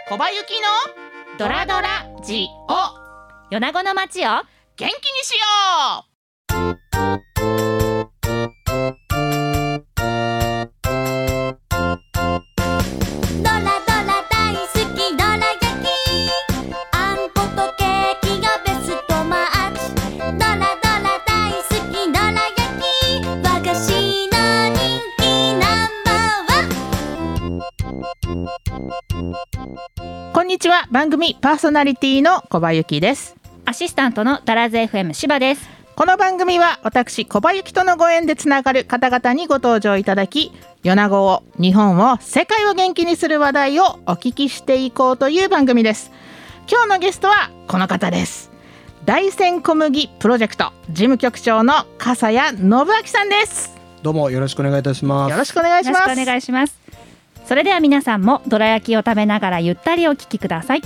小葉ゆきのドラドラジオ、 米子の街を元気にしよう。 ドラドラ大好きドラ焼き、あんことケーキがベストマッチ。ドラドラ大好きドラ焼き、和菓子の人気ナンバーワン。 こんにちは。番組パーソナリティの小葉ゆきです。 アシスタントのダラズ FM 柴です。 この番組は私小葉ゆきとのご縁でつながる方々にご登場いただき、米子を、日本を、世界を元気にする話題をお聞きしていこうという番組です。今日のゲストはこの方です。大山小麦プロジェクト事務局長の笠谷信明さんです。 どうもよろしくお願いいたします。 よろしくお願いします。 よろしくお願いします。それでは皆さんもどら焼きを食べながらゆったりお聞きください。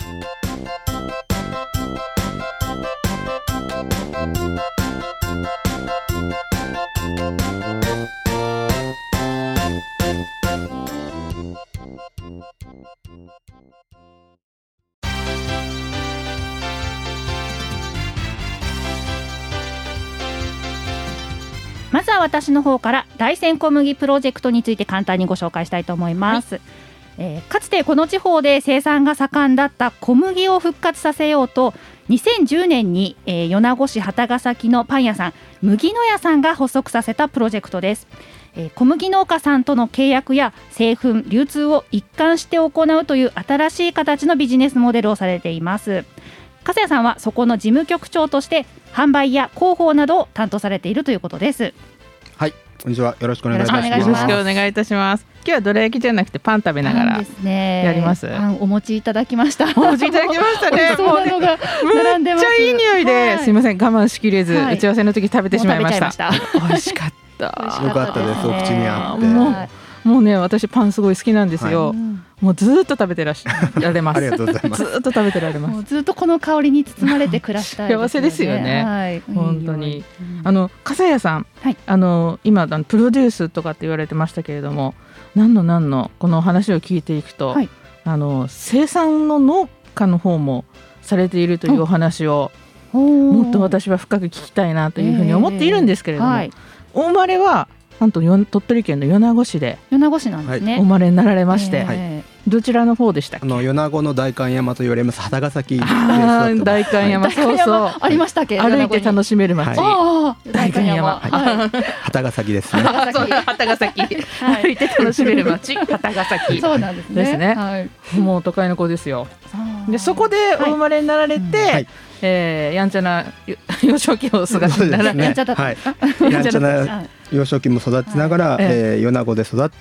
まずは私の方から大山小麦プロジェクトについて簡単にご紹介したいと思います。かつてこの地方で生産が盛んだった小麦を復活させようと2010年に、米子市幡ヶ崎のパン屋さん麦の屋さんが発足させたプロジェクトです。小麦農家さんとの契約や製粉流通を一貫して行うという新しい形のビジネスモデルをされています。笠谷さんはそこの事務局長として販売や広報などを担当されているということです。 はい、こんにちは。よろしくお願いいたします。 よろしくお願いいたします。今日はどら焼きじゃなくてパン食べながらやります。 パンお持ちいただきました。 お持ちいただきましたね。 そうなのが並んでます。 めっちゃいい匂いで、 はい、 すいません我慢しきれず、 はい、 打ち合わせの時食べてしまいました。美味しかった。 よかったです。お口に合って。 もうね、私パンすごい好きなんですよ。はい、もうずっと食べてられます。 ありがとうございます。 ずっと食べてられます。 もうずっとこの香りに包まれて暮らしたいですよね。 幸せですよね。はい、本当に。笠谷さん、 はい、 今プロデュースとかって言われてましたけれども、何のこの話を聞いていくと、はい、生産の農家の方もされているというお話をもっと私は深く聞きたいなというふうに思っているんですけれども、はい、お生まれはなんと鳥取県の米子市で米子市なんですね。 お生まれになられまして、どちらの方でしたっけ？ 米子の代官山と言われます幡ヶ崎。 代官山、そうそうありましたっけ？ 歩いて楽しめる街、代官山、 幡ヶ崎ですね。 幡ヶ崎、歩いて楽しめる街幡ヶ崎。 そうなんですね。 ですね。もう都会の子ですよ。でそこでお生まれになられて、やんちゃな幼少期を過ごしながら、 やんちゃな幼少期も育ちながら、米子で育って、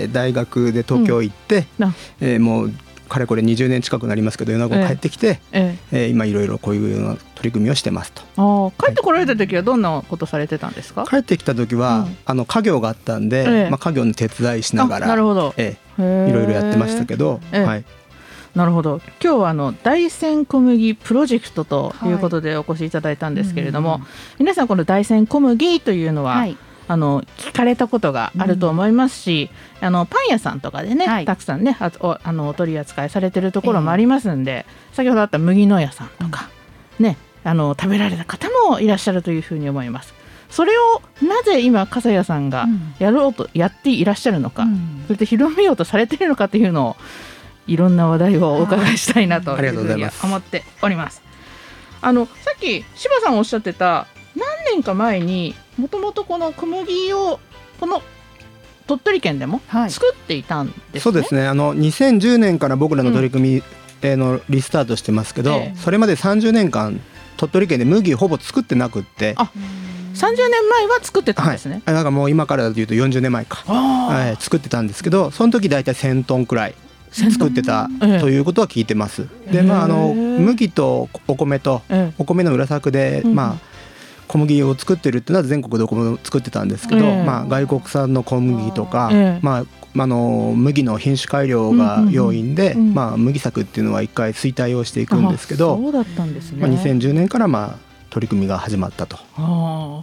大学で東京行って、もうかれこれ20年近くなりますけど米子帰ってきて、今いろいろこういうような取り組みをしてますと。 帰ってこられた時はどんなことされてたんですか？ 帰ってきた時は、家業があったんで、家業の手伝いしながら、いろいろやってましたけど、 なるほど。今日は大山小麦プロジェクトということでお越しいただいたんですけれども、皆さんこの大山小麦というのは、聞かれたことがあると思いますし、パン屋さんとかでね、たくさんねお取り扱いされてるところもありますんで、先ほどあった麦の屋さんとか、ね、食べられた方もいらっしゃるというふうに思います。それをなぜ今笠谷さんがやっていらっしゃるのか、それで広めようとされているのかというのをいろんな話題をお伺いしたいなというふうに思っております。さっき柴さんおっしゃってた何年か前にもともとこの小麦をこの鳥取県でも作っていたんですね。 そうですね。2010年から僕らの取り組みのリスタートしてますけど、それまで30年間鳥取県で麦ほぼ作ってなくって、 30年前は作ってたんですね。 なんかもう今からだというと40年前か、作ってたんですけど、その時だいたい1000トンくらい作ってたということは聞いてます。で、麦とお米とお米の裏作で、小麦を作ってるっていうのは全国どこも作ってたんですけど、外国産の小麦とか、麦の品種改良が要因で、麦作っていうのは一回衰退をしていくんですけど、 そうだったんですね。 2010年から取り組みが始まったと。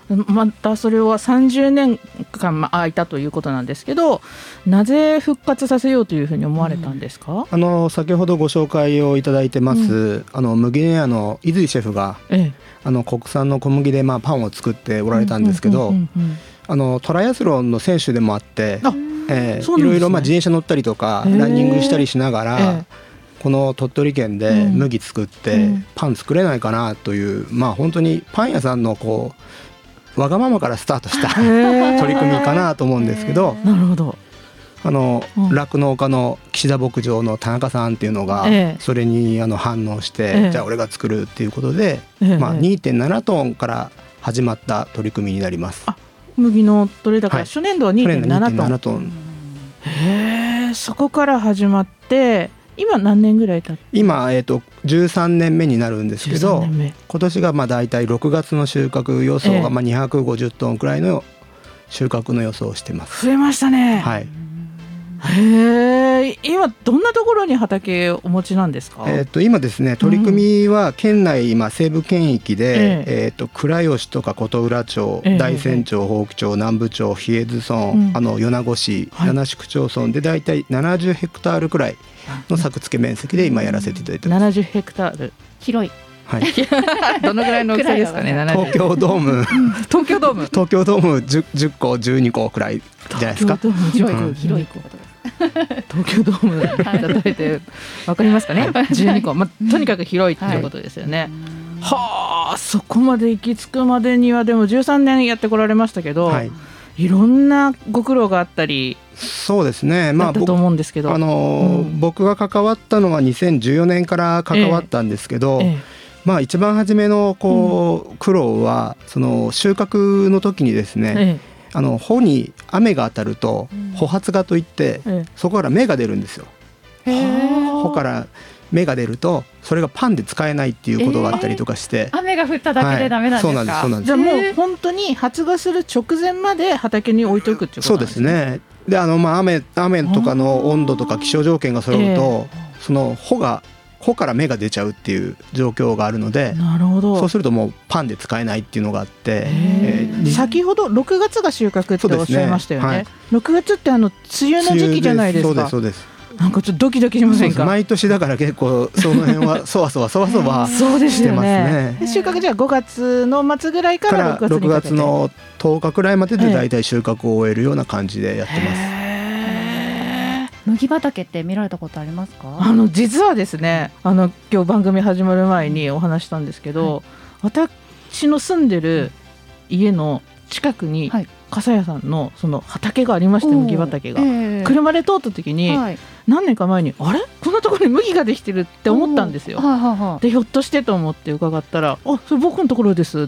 またそれは30年間空いたということなんですけど、なぜ復活させようというふうに思われたんですか？ 先ほどご紹介をいただいてます、麦ね屋の井井シェフが、国産の小麦でパンを作っておられたんですけど、トライアスロンの選手でもあって、いろいろ自転車乗ったりとかランニングしたりしながら、この鳥取県で麦作ってパン作れないかなという、本当にパン屋さんのわがままからスタートした取り組みかなと思うんですけど、 なるほど。 酪農家の岸田牧場の田中さんっていうのがそれに反応して、じゃあ俺が作るっていうことで、2.7 トンから始まった取り組みになります。 麦の取れ高、初年度は 2.7 トン。そこから始まって今何年ぐらい経って？今、 13年目になるんですけど、今年がだいたい6月の収穫予想が250トンくらいの収穫の予想をしてます。 増えましたね。 はい。 今どんなところに畑をお持ちなんですか？ 今ですね、取り組みは県内西部県域で、倉吉とか琴浦町、大山町、伯耆町、南部町、比叡津村、米子市、七宿町村でだいたい70ヘクタールくらいの作付け面積で今やらせていただいてます。 70ヘクタール、 広い。 はい、どのぐらいの大きさですかね？ 東京ドーム東京ドーム 10個12個くらいじゃないですか。 広い東京ドーム例えて分かりますかね12個、とにかく広いということですよね。はあ、そこまで行き着くまでにはでも13年やってこられましたけど、いろんなご苦労があったり。 そうですね、 だったと思うんですけど、 僕が関わったのは2014年から関わったんですけど、一番初めの苦労はその収穫の時にですね、穂に雨が当たると穂発芽といって、そこから芽が出るんですよ。穂から芽が出るとそれがパンで使えないっていうことがあったりとかして、 雨が降っただけでダメなんですか？ そうなんです、そうなんです。 じゃあもう本当に発芽する直前まで畑に置いておくっていうことなんですね。 そうですね。で雨とかの温度とか気象条件が揃うと、その穂から芽が出ちゃうっていう状況があるので、 なるほど。 そうするともうパンで使えないっていうのがあって、 先ほど6月が収穫っておっしゃいましたよね。6月って梅雨の時期じゃないですか。 そうです。 なんかちょっとドキドキしませんか？ 毎年だから結構その辺はそわそわしてますね。 収穫じゃあ5月の末ぐらいから6月の10日くらいまででだいたい収穫を終えるような感じでやってます。 麦畑って見られたことありますか？ 実はですね、今日番組始まる前にお話したんですけど、私の住んでる家の近くに笠屋さんのその畑がありまして、麦畑が、車で通った時に、何年か前にあれこんなところに麦ができてるって思ったんですよ。でひょっとしてと思って伺ったら、それ僕のところですって。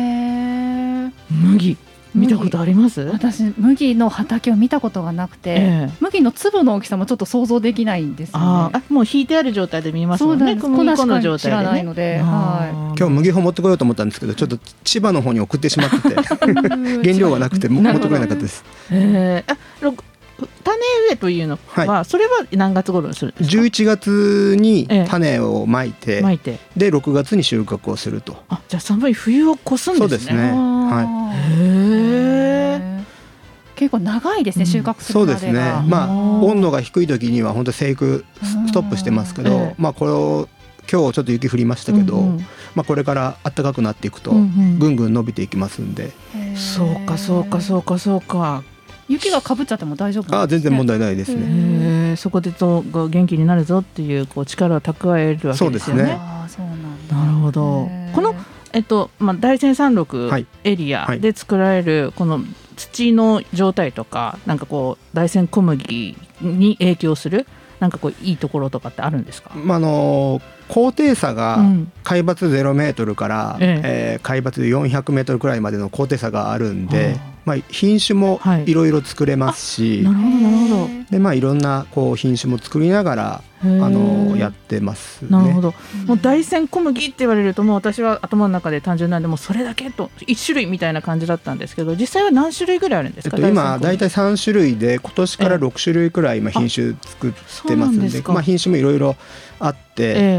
麦見たことあります？ 私麦の畑を見たことがなくて、麦の粒の大きさもちょっと想像できないんですよね。 もう引いてある状態で見ますもんね。 小麦粉の状態でね。知らないので、 今日麦穂持ってこようと思ったんですけど、ちょっと千葉の方に送ってしまってて原料がなくて持ってこれなかったです。 種植えというのは、それは何月頃にするんですか ？11月に種をまいて、で6月に収穫をすると。 じゃあ寒い冬を越すんですね。 そうですね。 結構長いですね、収穫するまでが。 そうですね。温度が低い時には本当生育ストップしてますけど、これを今日ちょっと雪降りましたけど、これから暖かくなっていくとぐんぐん伸びていきますんで。 そうか。 雪がかぶっちゃっても大丈夫なんですね？ 全然問題ないですね。 そこで元気になるぞっていう力を蓄えるわけですよね。 そうなんだ。 なるほど。この大山山麓エリアで作られるこの土の状態とか、なんか大山小麦に影響するなんかいいところとかってあるんですか？ 高低差が海抜0メートルから、海抜400メートルくらいまでの高低差があるんで、品種もいろいろ作れますし、 でいろんなこう品種も作りながらやってますね。 なるほど。もう大山小麦って言われるともう私は頭の中で単純なんでもうそれだけと1種類みたいな感じだったんですけど、実際は何種類ぐらいあるんですか？ 今だいたい3種類で今年から6種類くらい今品種作ってますんで、品種もいろいろあって、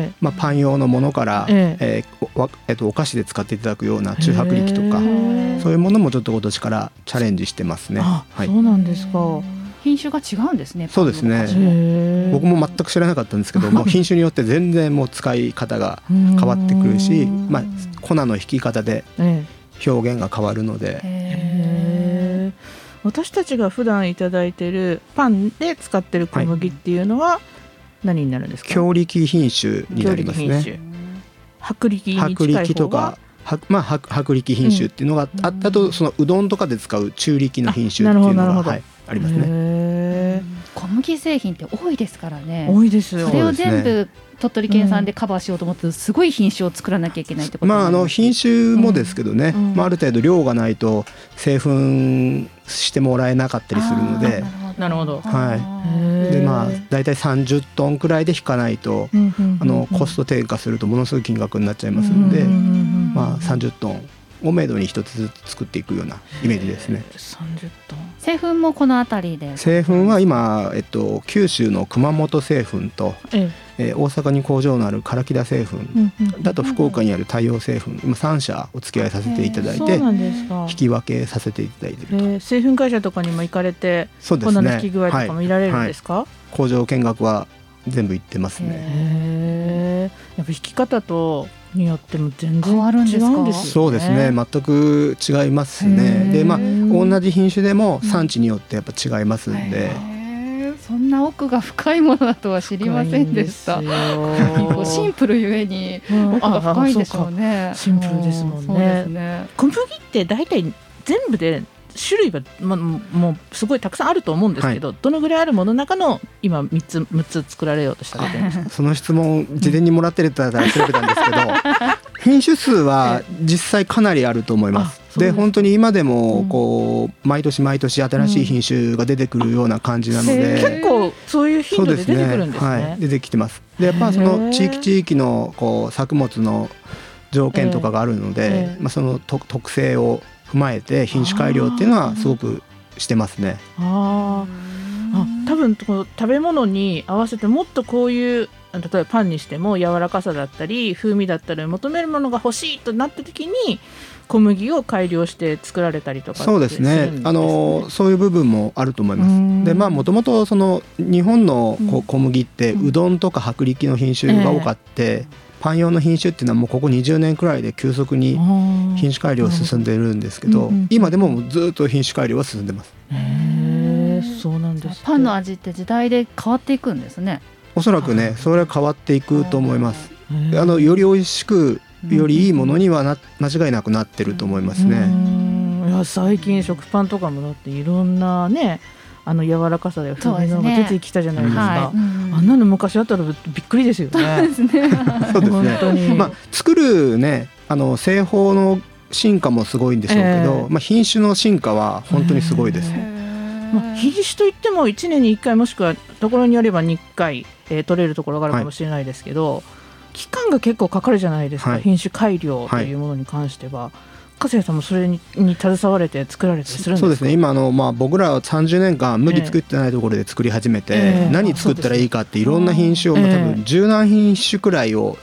パン用のものから、お菓子で使っていただくような中薄力とかそういうものもちょっと今年からチャレンジしてますね。 そうなんですか。 品種が違うんですね。 そうですね。僕も全く知らなかったんですけども品種によって全然もう使い方が変わってくるし、粉の引き方で表現が変わるので、 私たちが普段いただいているパンで使っている小麦っていうのは何になるんですか？強力品種になりますね。 薄力に近い方が、 薄力とか薄力品種っていうのがあったと、そのうどんとかで使う中力の品種っていうのがありますね。 小麦製品って多いですからね。 多いですよ。 それを全部鳥取県産でカバーしようと思ってすごい品種を作らなきゃいけないってことなんです。 品種もですけどね、ある程度量がないと製粉してもらえなかったりするので、 なるほど。 でだいたい30トンくらいで引かないとコスト低下するとものすごい金額になっちゃいますので、30トンをめどに一つずつ作っていくようなイメージですね。 30トン。 製粉もこの辺りで。 製粉は今、九州の熊本製粉と、大阪に工場のある唐木田製粉だと福岡にある太陽製粉、今3社お付き合いさせていただいて引き分けさせていただいていると。 製粉会社とかにも行かれて、 そうですね、 この引き具合とかも見られるんですか？ 工場見学は全部行ってますね。 やっぱ引き方とによっても全然違うんですよね。 そうですね、全く違いますね。で同じ品種でも産地によってやっぱ違いますんで、 そんな奥が深いものだとは知りませんでした。シンプルゆえに奥が深いでしょうね。 シンプルですもんね。小麦って大体全部で種類は、もうすごいたくさんあると思うんですけど、どのぐらいあるものの中の今3つ6つ作られようとしたらその質問事前にもらってたら調べたんですけど品種数は実際かなりあると思います。で本当に今でもこう毎年毎年新しい品種が出てくるような感じなので、 結構そういう頻度で出てくるんですね。 出てきてます。でやっぱその地域のこう作物の条件とかがあるので、その特性を踏まえて品種改良っていうのはすごくしてますね。 多分こう食べ物に合わせてもっとこういう例えばパンにしても柔らかさだったり風味だったり求めるものが欲しいとなった時に小麦を改良して作られたりとかそうですね、そういう部分もあると思います。でもともとその日本の小麦ってうどんとか薄力の品種が多かって、パン用の品種っていうのはもうここ20年くらいで急速に品種改良進んでるんですけど、今でもずっと品種改良は進んでます。 そうなんです。 パンの味って時代で変わっていくんですね。 おそらくね、それは変わっていくと思います。より美味しくよりいいものには間違いなくなってると思いますね。 いや最近食パンとかもだっていろんなね柔らかさで風味のが出てきたじゃないですか。あんなの昔あったらびっくりですよね。 そうですね。作るね製法の進化もすごいんでしょうけど、品種の進化は本当にすごいです。 品種といっても1年に1回もしくはところによれば2回、取れるところがあるかもしれないですけど、期間が結構かかるじゃないですか、品種改良というものに関しては。粕谷さんもそれに携われて作られたりするんですか？ そうですね。今僕らは30年間麦作ってないところで作り始めて、何作ったらいいかっていろんな品種を、多分10何品種くらいを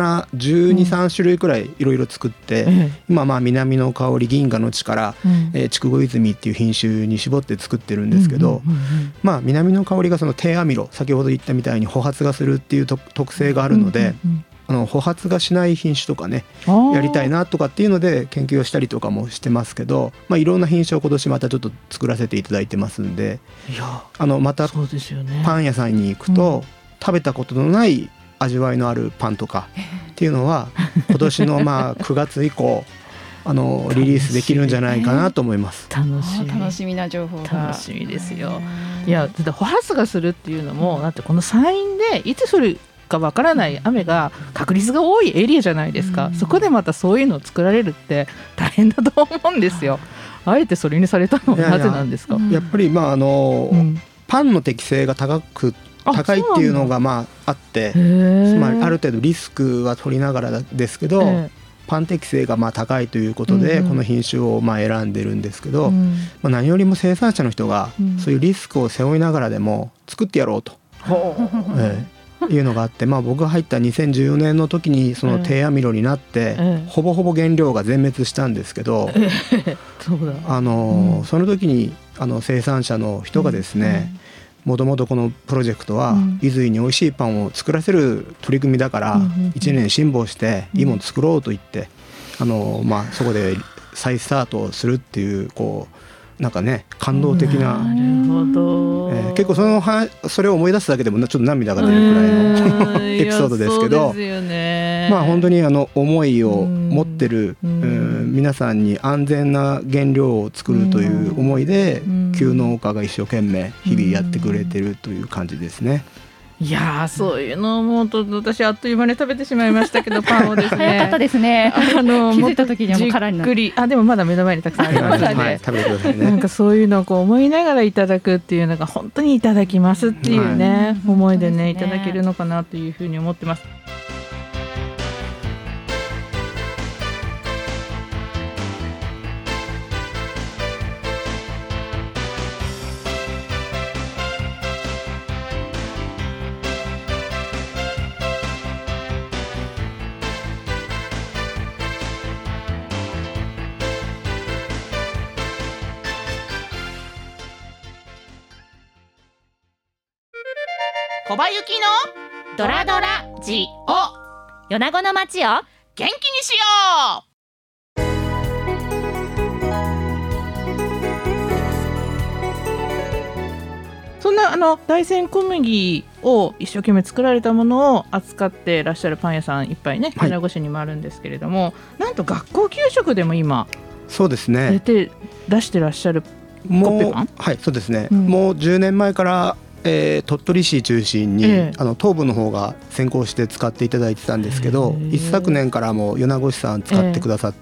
17、12、3種類くらいいろいろ作って、今南の香り銀河の地から筑後泉っていう品種に絞って作ってるんですけど、南の香りがその低アミロ、先ほど言ったみたいに穂発がするっていう特性があるので、穂発がしない品種とかねやりたいなとかっていうので研究をしたりとかもしてますけど、いろんな品種を今年またちょっと作らせていただいてますんで、またパン屋さんに行くと食べたことのない味わいのあるパンとかっていうのは今年の9月以降リリースできるんじゃないかなと思います。 楽しみな情報が。 楽しみですよ。いや穂発がするっていうのもだってこの山陰でいつ降るかわからない雨が確率が多いエリアじゃないですか。そこでまたそういうのを作られるって大変だと思うんですよ。あえてそれにされたのはなぜなんですか？ やっぱりパンの適性が高いっていうのがあって、つまりある程度リスクは取りながらですけど、パン適性が高いということで、この品種を選んでるんですけど、何よりも生産者の人がそういうリスクを背負いながらでも作ってやろうと、いうのがあって、僕が入った2014年の時にその低アミロになって、ほぼほぼ原料が全滅したんですけど、その時に生産者の人がですね、もともとこのプロジェクトは出水に美味しいパンを作らせる取り組みだから、1年辛抱していいもの作ろうと言って、そこで再スタートをするっていうなんかね、感動的な、結構それを思い出すだけでもちょっと涙が出るくらいのエピソードですけど、本当に思いを持ってる、皆さんに安全な原料を作るという思いで、旧農家が一生懸命日々やってくれてるという感じですね。 いやそういうのを思うと私あっという間に食べてしまいましたけど、パンをですね早かったですね。気づいた時にはもう空になってでもまだ目の前にたくさんありますので、 食べてくださいね。 なんかそういうのを思いながらいただくっていうのが本当にいただきますっていうね、思いでねいただけるのかなというふうに思ってます。 小葉ゆきのドラドラジオ、 米子の街を元気にしよう。そんな大山小麦を一生懸命作られたものを扱ってらっしゃるパン屋さんいっぱいね、米子市にもあるんですけれども、なんと学校給食でも今そうですね、 出してらっしゃるコッペパン。 はい、そうですね、もう10年前から鳥取市中心に、東部の方が先行して使っていただいてたんですけど、一昨年からも米子市さん使ってくださって、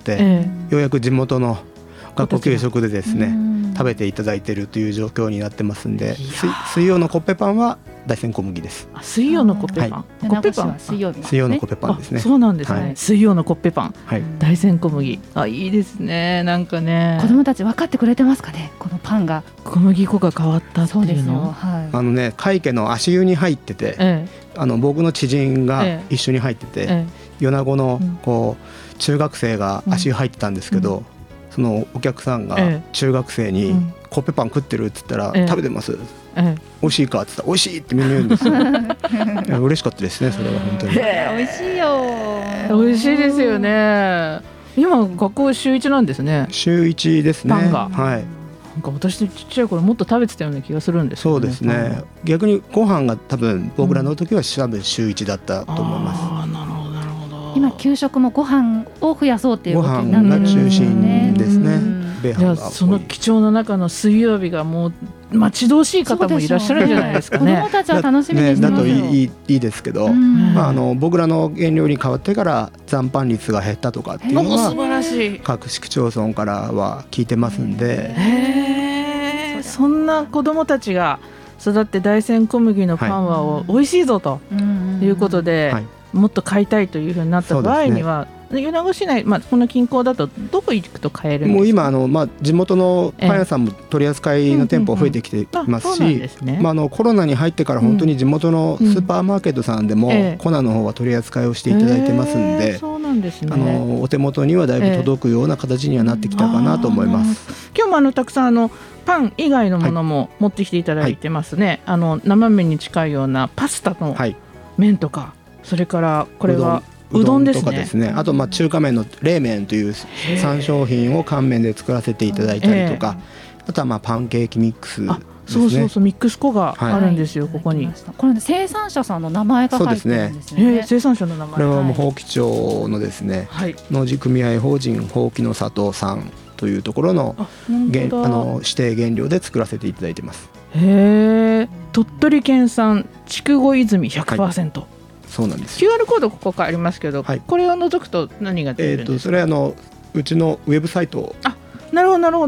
ようやく地元の学校給食でですね食べていただいているという状況になってますんで、水曜のコッペパンは大山小麦です。 水曜のコッペパン、コッペパン水曜のコッペパンですね。 そうなんですね、水曜のコッペパン、大山小麦、いいですね。なんかね、 子供たち分かってくれてますかね、このパンが小麦粉が変わったっていうの。 海家の足湯に入ってて、僕の知人が一緒に入ってて、米子の中学生が足湯入ってたんですけど、そのお客さんが中学生にコッペパン食ってるって言ったら、食べてます、美味しいかって言ったら美味しいってみんな言うんですよ。嬉しかったですね、それは本当に。 美味しいよ。 美味しいですよね。今学校週1なんですね。 週1ですね。 パンが、 はい。 なんか私ちっちゃい頃もっと食べてたような気がするんですけどね。 そうですね。逆にご飯が多分僕らの時は多分週1だったと思います。 なるほどなるほど。 今給食もご飯を増やそうっていう動きになってるんですね。 ご飯が中心ですね。 じゃあその貴重な中の水曜日がもう待ち遠しい方もいらっしゃるんじゃないですかね。 子供たちは楽しみにしてますよ。 だといいですけど、僕らの原料に変わってから残飯率が減ったとかっていうのは素晴らしい各市区町村からは聞いてますんで。 そんな子供たちが育って大山小麦のパンは美味しいぞということで、もっと買いたいというふうになった場合には、米子市内、この近郊だとどこ行くと買えるんですか。 もう今地元のパン屋さんも取り扱いの店舗増えてきていますし、コロナに入ってから本当に地元のスーパーマーケットさんでも粉の方は取り扱いをしていただいてますんで、お手元にはだいぶ届くような形にはなってきたかなと思います。 今日もたくさんパン以外のものも持ってきていただいてますね。生麺に近いようなパスタの麺とか、それからこれはうどんですね。 あと中華麺の冷麺という3商品を乾麺で作らせていただいたりとか、あとはパンケーキミックスですね。 そうミックス粉があるんですよ、ここに。 これ生産者さんの名前が入ってるんですね。 生産者の名前。 これはもう伯耆町のですね、農事組合法人伯耆の里さんというところの指定原料で作らせていただいてます。 鳥取県産筑後泉 100%、 そうなんです。 QR コードここからありますけど、これを除くと何が出るんですか。 それはうちのウェブサイト。 なるほどなるほど。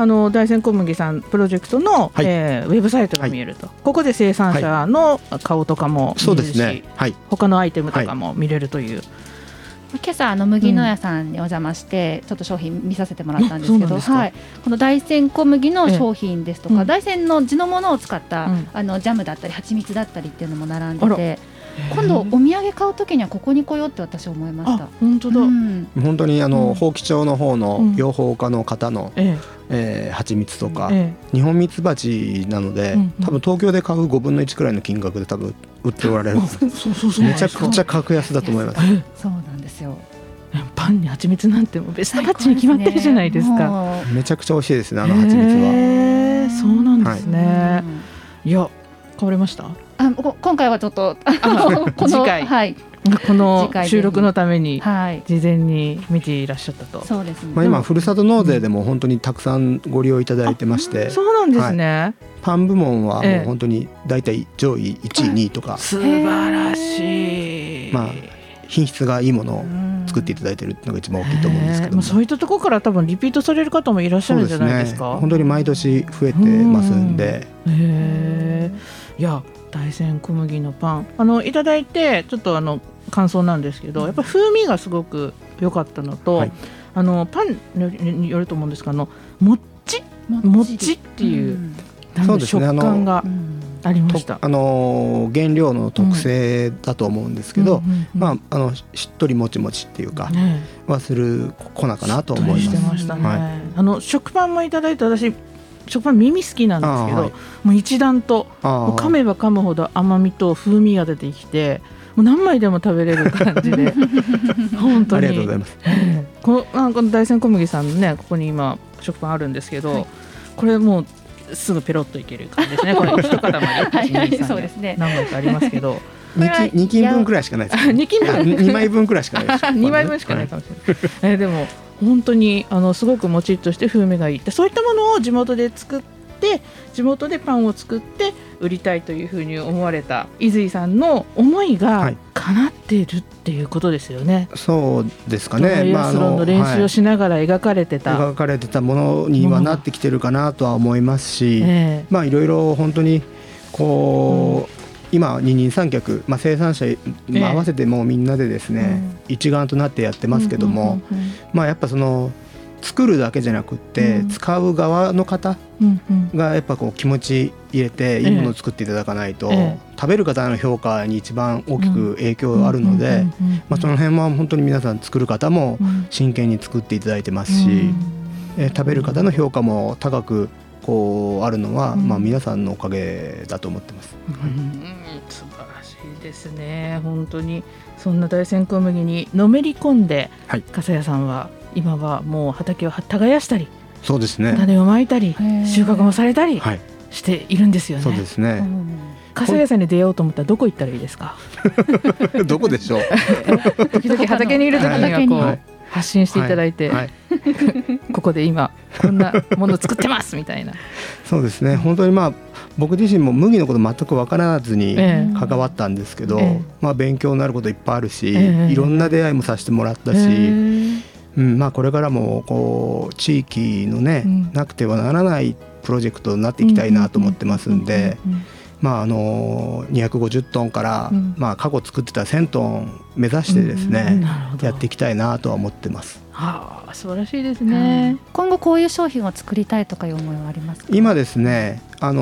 大山小麦さんプロジェクトの、ウェブサイトが見えると、ここで生産者の顔とかも見れるし、 そうですね、 他のアイテムとかも見れるという、 今朝麦の屋さんにお邪魔して、ちょっと商品見させてもらったんですけど、この大山小麦の商品ですとか、大山の地のものを使った、ジャムだったり蜂蜜だったりっていうのも並んでて、今度お土産買うときにはここに来ようって私思いました。 本当だ、 本当に伯耆町の方の養蜂家の方の、蜂蜜とか、日本蜜蜂なので、多分東京で買う5分の1くらいの金額で多分売っておられる。めちゃくちゃ格安だと思います。 そうなんですよ。 パンに蜂蜜なんてもうベストマッチに決まってるじゃないですか。 めちゃくちゃ美味しいですね、蜂蜜は。 そうなんですね。いや、買われました？ 今回はちょっと次回、この収録のために事前に見ていらっしゃったと。 そうですね。 今ふるさと納税でも本当にたくさんご利用いただいてまして、 そうなんですね。 パン部門はもう本当にだいたい上位1位2位とか、 素晴らしい。 品質がいいものを作っていただいているのが一番大きいと思うんですけども、 そういったところから多分リピートされる方もいらっしゃるんじゃないですか。 そうですね、本当に毎年増えてますんで。 いや、大山小麦のパンいただいてちょっと感想なんですけど、やっぱり風味がすごく良かったのと、パンによると思うんですが、もっちっていう、食感がありました。 原料の特性だと思うんですけど、しっとりもちもちっていうか、はする粉かなと思います。 してましたね。食パンもいただいて、私食パン耳好きなんですけど、もう一段と噛めば噛むほど甘みと風味が出てきて、もう何枚でも食べれる感じで本当にありがとうございます。 この大山小麦さんのね、ここに今食パンあるんですけど、これもうすぐペロッといける感じですね。これ一塊そうですね、 何枚かありますけど、 2斤分くらいしかないです。2枚分くらいしかないです。 2枚分しかないかもしれない。でも本当にすごくもちっとして風味がいいって、そういったものを地元で作って地元でパンを作って売りたいというふうに思われた伊豆井さんの思いが叶っているっていうことですよね。 そうですかね。 トライアスロンの練習をしながら描かれてたものにはなってきてるかなとは思いますし、いろいろ本当にこう、今二人三脚、生産者、合わせてもうみんなでですね、一丸となってやってますけども、やっぱその作るだけじゃなくって、使う側の方がやっぱこう気持ち入れていいものを作っていただかないと、食べる方の評価に一番大きく影響があるので、その辺は本当に皆さん作る方も真剣に作っていただいてますし、食べる方の評価も高くこうあるのは、皆さんのおかげだと思ってます。 素晴らしいですね。本当にそんな大山小麦にのめり込んで、笠谷さんは今はもう畑を耕したり、 そうですね、 種をまいたり収穫もされたりしているんですよね。 そうですね。 笠谷さんに出会おうと思ったらどこ行ったらいいですか？ どこでしょう。 時々畑にいる時にはこう発信していただいて、ここで今こんなものを作ってますみたいな。 そうですね。本当に僕自身も麦のこと全く分からずに関わったんですけど、勉強になることいっぱいあるし、いろんな出会いもさせてもらったし、これからもこう地域のね、なくてはならないプロジェクトになっていきたいなと思ってますんで、250トンから、過去作ってた1000トン目指してですね、やっていきたいなとは思ってます。 素晴らしいですね。 今後こういう商品を作りたいとかいう思いはありますか？ 今ですね、先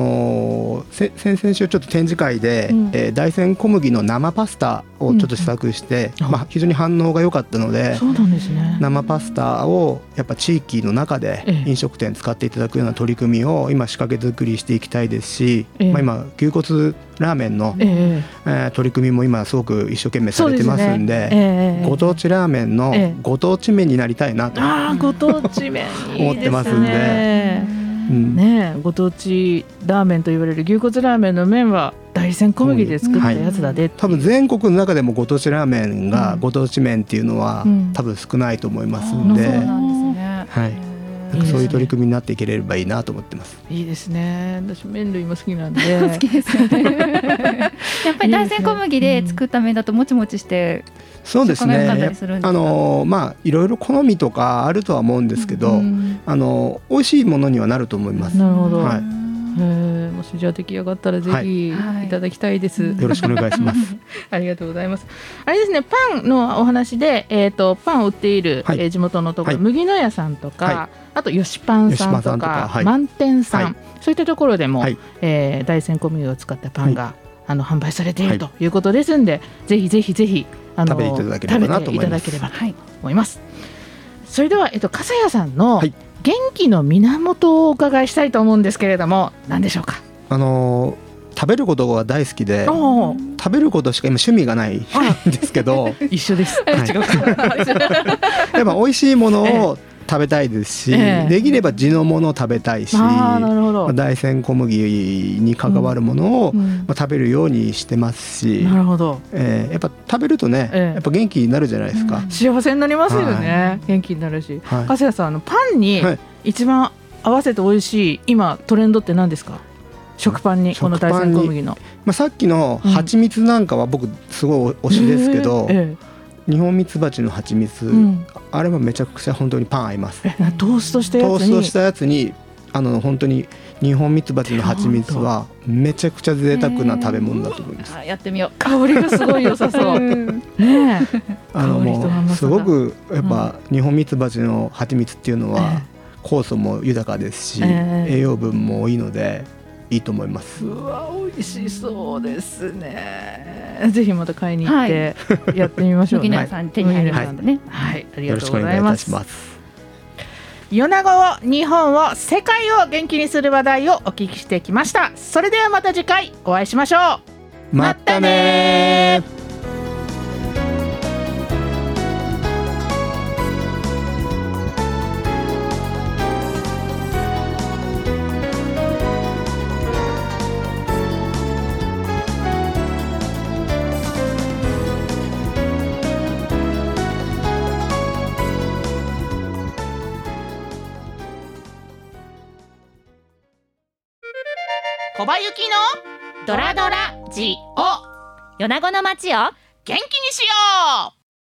々週ちょっと展示会で、大山小麦の生パスタをちょっと試作して、非常に反応が良かったので、 そうなんですね。 生パスタをやっぱ地域の中で飲食店使っていただくような取り組みを今仕掛け作りしていきたいですし、今牛骨ラーメンの、取り組みも今すごく一生懸命されてますんで、ご当地ラーメンのご当地麺になりたいなとご当地麺思ってますんで、 ご当地ラーメンと言われる牛骨ラーメンの麺は大山小麦で作ったやつだで、 多分全国の中でもご当地ラーメンがご当地麺っていうのは、多分少ないと思いますんで、そういう取り組みになっていければいいなと思ってます。 いいですね。私麺類も好きなんで好きですよね。 やっぱり大山小麦で作った麺だともちもちしてそうですね。 まあいろいろ好みとかあるとは思うんですけど、美味しいものにはなると思います。 なるほど。 はい。 もしじゃあ出来上がったらぜひいただきたいです。 よろしくお願いします。 ありがとうございます。あれですね、パンのお話で、パンを売っている、地元のところ、麦野屋さんとか、あとよしパンさんとか、満点さん、そういったところでも、大山小麦を使ったパンが、販売されているということですんで、ぜひぜひぜひ食べていただければなと思います。 思います。それでは、笠谷さんの元気の源をお伺いしたいと思うんですけれども、何でしょうか。 食べることが大好きで、食べることしか今趣味がないんですけど一緒です。 やっぱ美味しいものを食べたいですし、できれば地のものを食べたいし、大山小麦に関わるものを食べるようにしてますし、 なるほど。 やっぱ食べるとね、やっぱ元気になるじゃないですか。 幸せになりますよね。元気になるし。笠谷さん、パンに一番合わせて美味しい今トレンドって何ですか。食パンにこの大山小麦の。 さっきの蜂蜜なんかは僕すごい推しですけど。日本ミツバチの蜂蜜、あれはめちゃくちゃ本当にパン合います。 トーストしたやつに本当に日本ミツバチの蜂蜜はめちゃくちゃ贅沢な食べ物だと思います。 やってみよう。 香りがすごい良さそう。ねえ、すごくやっぱ日本ミツバチの蜂蜜っていうのは酵素も豊かですし、栄養分も多いのでいいと思います。 うわ、美味しそうですね。ぜひまた買いに行ってやってみましょう。 麦野屋さん手に入るのでね。 はい、ありがとうございます。米子を、日本を、世界を元気にする話題をお聞きしてきました。それではまた次回お会いしましょう。またね。 小葉ゆきのドラドラジオ、 米子の街を元気にしよ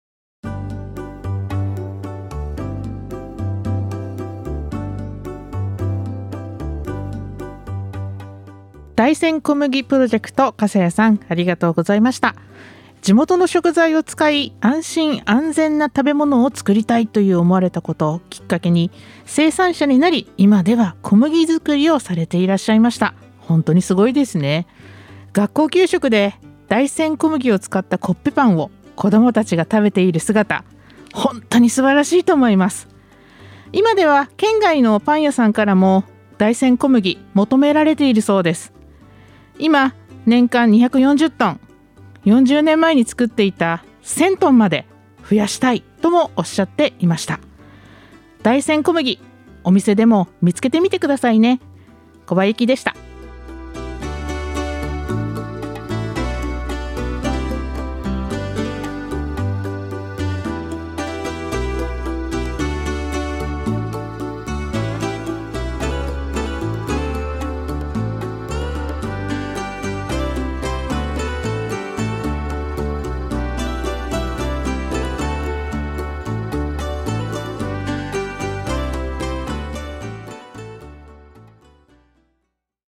う。大山小麦プロジェクト、笠谷さん、ありがとうございました。地元の食材を使い安心安全な食べ物を作りたいという思われたことをきっかけに生産者になり、今では小麦作りをされていらっしゃいました。本当にすごいですね。学校給食で大山小麦を使ったコッペパンを子どもたちが食べている姿、本当に素晴らしいと思います。今では県外のパン屋さんからも大山小麦求められているそうです。今年間240トン、40年前に作っていた1000トンまで増やしたいともおっしゃっていました。大山小麦、お店でも見つけてみてくださいね。小葉ゆきでした。